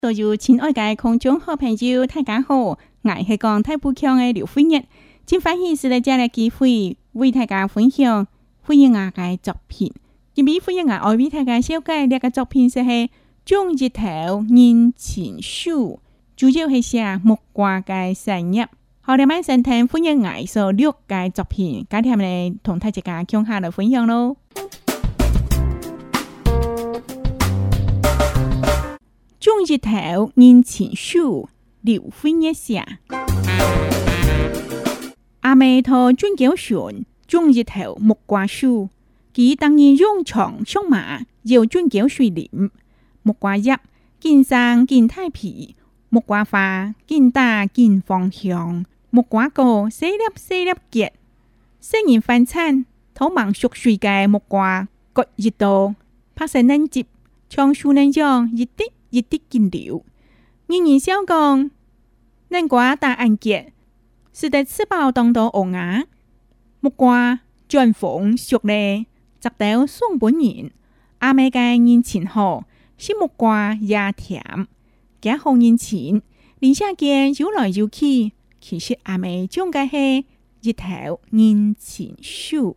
所有亲爱的空中好朋友，大家好，我是讲太不强的刘惠月，真欢喜是来这个机会为大家分享惠月娥的作品。今日惠月娥要为大家紹介這個作品是《種日頭人情書》，主要是寫木瓜的產業。好，我們先聽惠月娥所錄的作品，今天來同大家共下來分享咯。種日頭人情書，劉惠月寫。阿妹頭轉九船，種日頭木瓜樹。佢當然用長上馬，要轉九水林。木瓜葉見生見太皮，木瓜花見大見芳香。木瓜果細粒結，雖然翻產，土芒熟水嘅木瓜割一刀，拍成嫩葉，長樹嫩樣一滴一滴見流。人笑講，嫩瓜大眼結，是得吃飽當到鵝牙。木瓜轉風熟咧，摘到送本人。阿妹嘅人情好，是木瓜也甜，加好人情，連下間游來游去。其實阿妹種嘅係日頭人情書。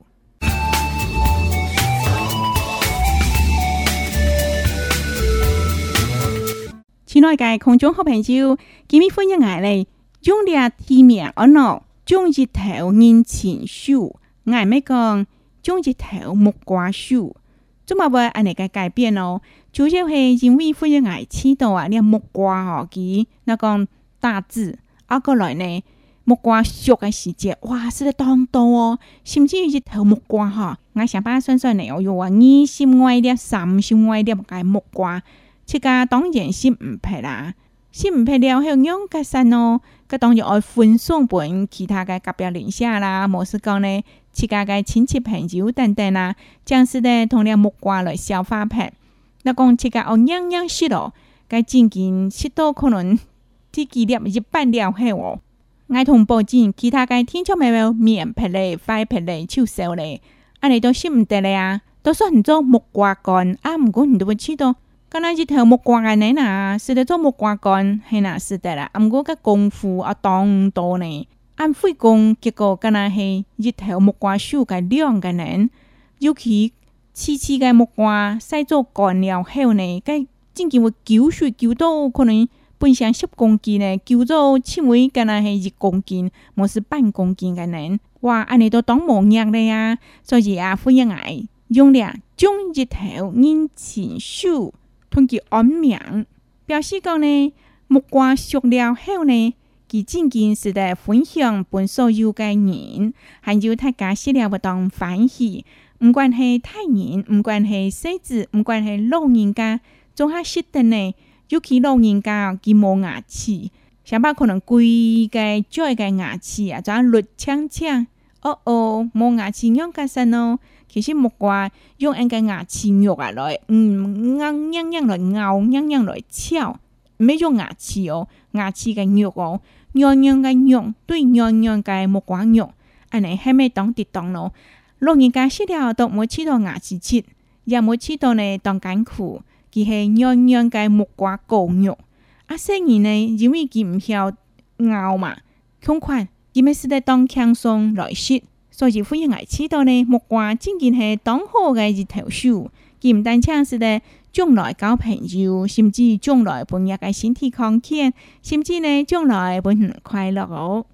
親愛嘅空中好朋友，今日分享我哋用啲題名安樂種日頭人情書，我咪講種日頭木瓜樹，做乜會安尼個改變咯？主要係因為分享我知道啊，啲木瓜哦，佢那個大字。啊，過來呢，木瓜熟嘅時節，哇，實在當多哦！甚至於日頭木瓜哈，我想把算算呢，我有話20粒、30粒嘅木瓜，這個當然是唔配啦，是唔配了，係樣嘅神哦。個當然愛分送俾其他嘅隔壁鄰舍啦，冇是講呢，其他嘅親戚朋友等等啦，將是呢同啲木瓜來消化品。那講這個我樣樣食咯，該真見食到可能。啲幾粒一半了係哦，我同保證其他嘅天窗咪有面皮咧、塊皮咧、手手咧，安尼都食唔得咧啊！都算做木瓜乾啊，唔過你都會知道，咁樣一頭木瓜嘅呢嗱，是得做木瓜乾係嗱是得啦，唔過個功夫啊當多呢，按費工結果咁樣係一頭木瓜樹嘅兩個人，尤其次嘅木瓜曬做乾了後呢，佢真係會攪水攪到可能。本身10公斤呢，叫做輕微嘅那係1公斤，冇是半公斤嘅人，哇！安尼都當冇樣咧呀，所以啊，歡迎我用了種日頭人情書，同佢安名，表示講呢，木瓜熟了後呢，佢真件是在分享本所有嘅人，還有大家食了不當歡喜，唔管係大人，唔管係細子，唔管係老人家，總係識得呢。尤其老人家佢冇牙齒，想把可能貴嘅嘴嘅牙齒啊，就律搶搶，冇牙齒用嘅神咯。其實木瓜用一個牙齒肉啊來，樣來咬，樣來撬，唔係用牙齒哦，牙齒嘅肉哦，樣嘅肉對樣嘅木瓜肉，安尼係咪當跌當咯？老人家食了都冇吃到牙齒切，也冇吃到呢當艱苦。佢係樣嘅木瓜膏肉，啊，細人呢，因為佢唔曉咬嘛，恐快，佢咪是得當輕鬆來食，所以歡迎我知道呢，木瓜真件係當好嘅日頭樹，佢唔單止是得將來交朋友，甚至將來本日嘅身體康健，甚至呢將來本人快樂哦。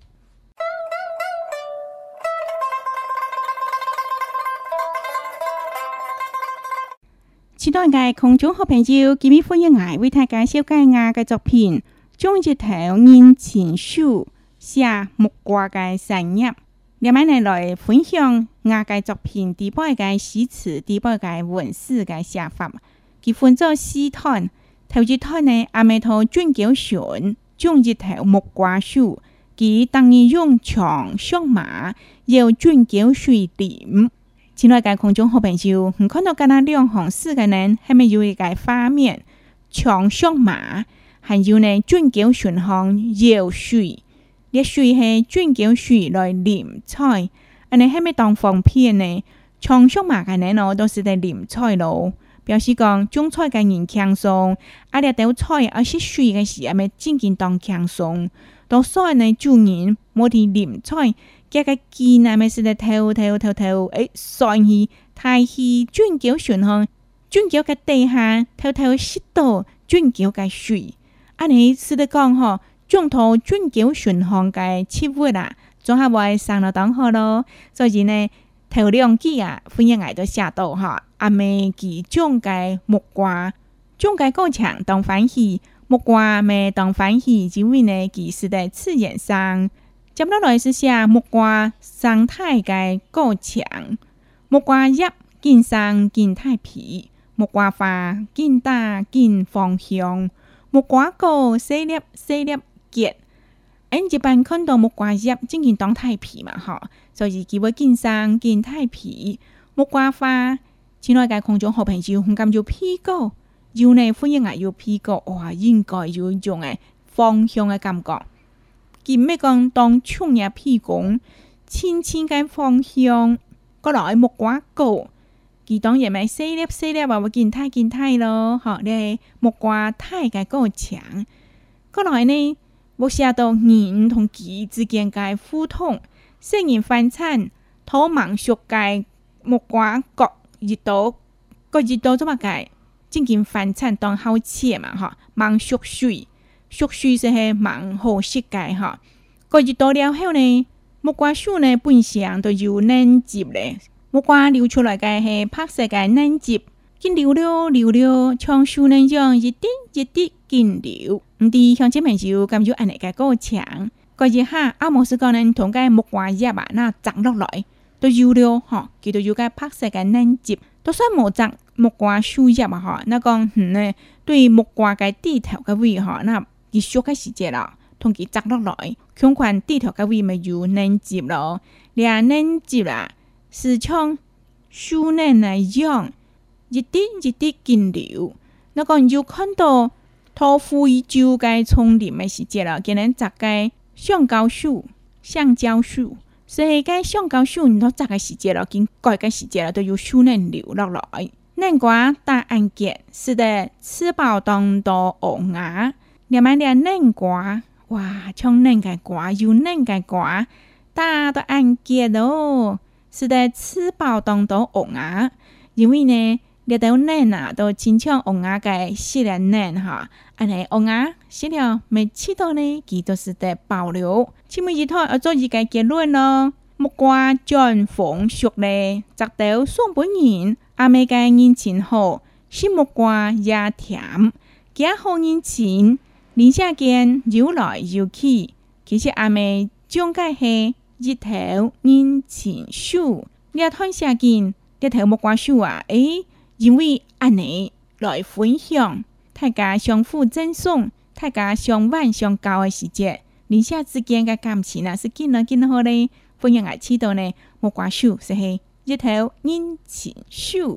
親愛嘅空中好朋友，今日歡迎我為大家紹介我嘅作品《種日頭人情書》，寫木瓜嘅產業。兩位來分享我嘅作品第八個詩詞，第八個文字嘅寫法。佢分做4段，頭一段呢，阿妹頭轉九船，種日頭木瓜樹，佢當然用長上馬，要轉九水林。親愛嘅空中好朋友，唔看到咁樣兩行詩嘅人，係咪有一個畫面？長上馬，還有呢轉九船行游水，啲水係轉九水來淋菜，安尼係咪當方片呢？長上馬嘅人都是在淋菜咯。 表示講種菜嘅人輕鬆，啊啲道菜啊是水嘅時啊，咪真正當輕鬆。到所有呢主人冇啲淋菜，加個雞啊咪是得偷，上去抬起轉腳順行，轉腳嘅地下偷吸到轉腳嘅水。啊你是得講嗬，中途轉腳順行嘅切物啦，總係會生到當好咯。所以呢頭兩季啊，歡迎嚟到寫到嗬，阿妹其種嘅木瓜，種嘅高牆當歡喜，木瓜咪當歡喜，因為呢其是在自然上。接落來是寫木瓜生態嘅高牆，木瓜葉見生見太皮，木瓜花見大見芳香。木瓜果細粒結，一般看到木瓜葉真係當太皮嘛，嗬，所以佢會見生見太皮。木瓜花，親愛嘅空中好朋友，唔敢要批過，要呢歡迎要批過，哇，應該有一種嘅芳香嘅感覺。佢咩講當春日批講，清嘅芳香，過來木瓜果。佢當然咪細粒話會見太咯，嗬！你木瓜太嘅高牆，過來呢，冇寫到人同佢之間嘅互動，雖然翻產，土芒熟嘅木瓜各熱到做乜嘅，真見翻產當好切嘛，嗬！芒熟水就係芒好食嘅，嗬！個熱到了後呢，木瓜樹呢本身都有嫩葉咧。木瓜流出來嘅係白色嘅嫩葉，見流了，像樹嫩樣一滴見流。唔啲鄉親朋友咁要按嚟嘅高牆，嗰一下阿冇事講呢，同嘅木瓜葉啊，那摘落來都有了，嗬，佢都有嘅白色嘅嫩葉，都算冇摘木瓜樹葉啊，嗬，那講呢對木瓜嘅地頭嘅位，嗬，那結束嘅時節啦，同佢摘落來，強款地頭嘅位咪有嫩葉咯，連嫩葉啦。是像樹嫩那樣一滴見流，那個要看到托付已久嘅叢林嘅時節啦，見人摘嘅橡膠樹，所以嘅橡膠樹你都摘嘅時節啦，見改嘅時節啦，都有樹嫩流落來。嫩瓜大按結，是得吃飽當到鵝牙，連埋啲嫩瓜，哇，像嫩嘅瓜有嫩嘅瓜，大到按結咯。是得吃飽當到鵝牙，因為呢，呢度嫩啊，都親像鵝牙嘅細粒嫩哈，安尼鵝牙細了未吃到呢，佢都是得保留。前面一套要做一個結論咯，木瓜轉風熟咧，摘到送本人，阿妹嘅人情好，是木瓜也甜，幾好人情，鄰舍間遊來遊去，其實阿妹種嘅係。一頭人情樹，你睇下見，一頭木瓜樹啊！因為安尼來分享，大家相互贈送，大家相玩相交嘅時節，鄰舍之間嘅感情啊，是見好咧。分享我知道呢，木瓜樹是係一頭人情樹，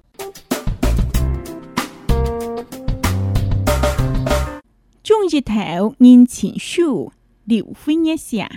種一頭人情樹，留分一下。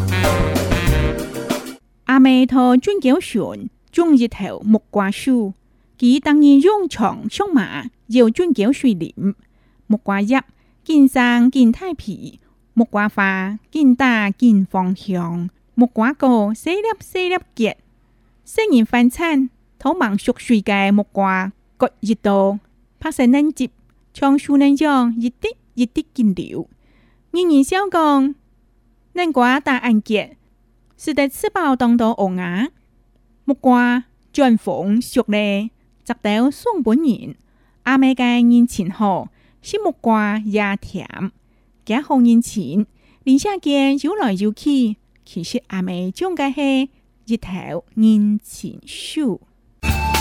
阿妹頭轉腳船，種一頭木瓜樹，佢當然用長上馬，要轉腳水林。木瓜葉見生見太皮，木瓜花見大見芳香，木瓜果細粒結。雖然翻產，土芒熟水嘅木瓜各一道，拍成嫩葉，像樹嫩樣一滴見流。人笑講，嫩瓜大按結。是得吃飽當到鵝牙，木瓜轉風熟咧，摘到送本人。阿妹嘅人情好，是木瓜也甜，幾好人情。鄰舍間遊來遊去，其實阿妹種嘅係一頭人情樹。